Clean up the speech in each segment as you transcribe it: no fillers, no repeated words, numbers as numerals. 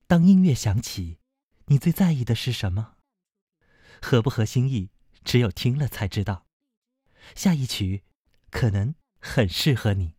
当音乐响起，你最在意的是什么？合不合心意，只有听了才知道。下一曲可能很适合你。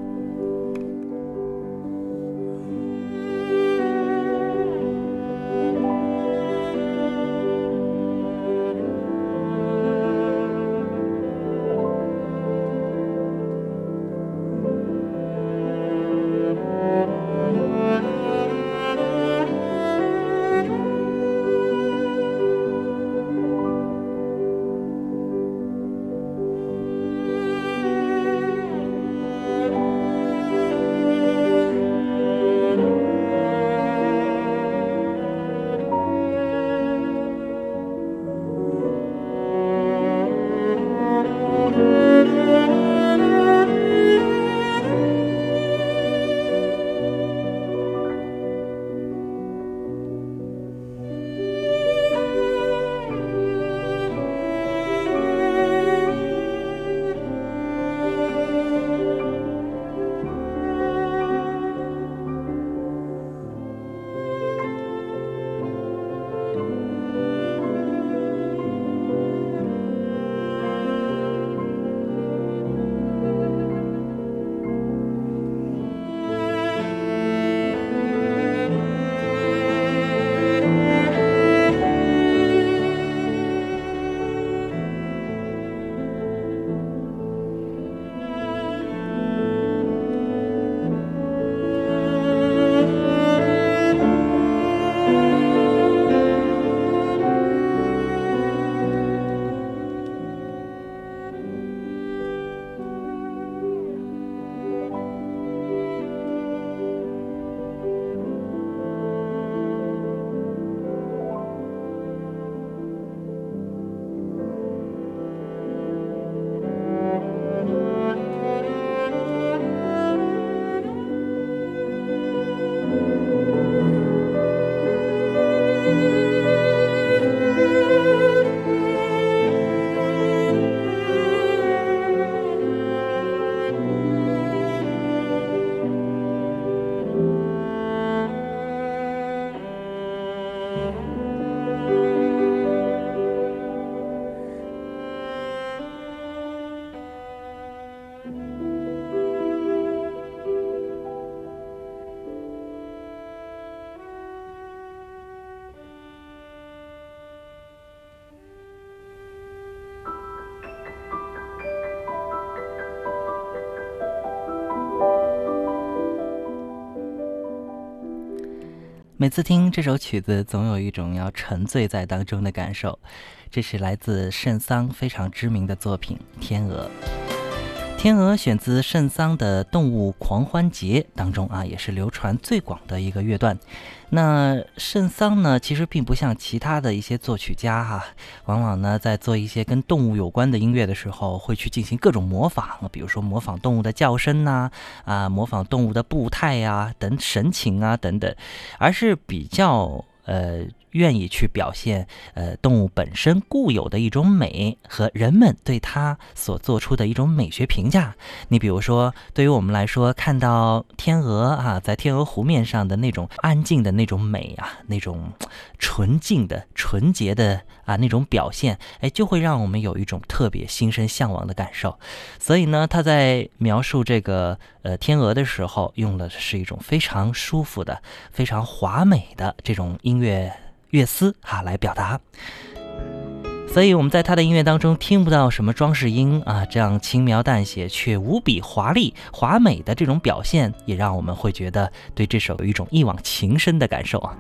每次听这首曲子，总有一种要沉醉在当中的感受。这是来自圣桑非常知名的作品《天鹅》。天鹅选自圣桑的《动物狂欢节》当中啊，也是流传最广的一个乐段。那圣桑呢，其实并不像其他的一些作曲家往往呢在做一些跟动物有关的音乐的时候，会去进行各种模仿，比如说模仿动物的叫声模仿动物的步态等神情等等，而是比较愿意去表现动物本身固有的一种美和人们对它所做出的一种美学评价。你比如说，对于我们来说，看到天鹅在天鹅湖面上的那种安静的那种美那种纯净的纯洁的那种表现，就会让我们有一种特别心生向往的感受。所以呢，他在描述这个天鹅的时候，用的是一种非常舒服的非常华美的这种乐思来表达。所以我们在他的音乐当中听不到什么装饰音这样轻描淡写却无比华丽华美的这种表现，也让我们会觉得对这首有一种一往情深的感受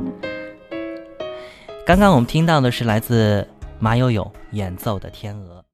刚刚我们听到的是来自马友友演奏的《天鹅》。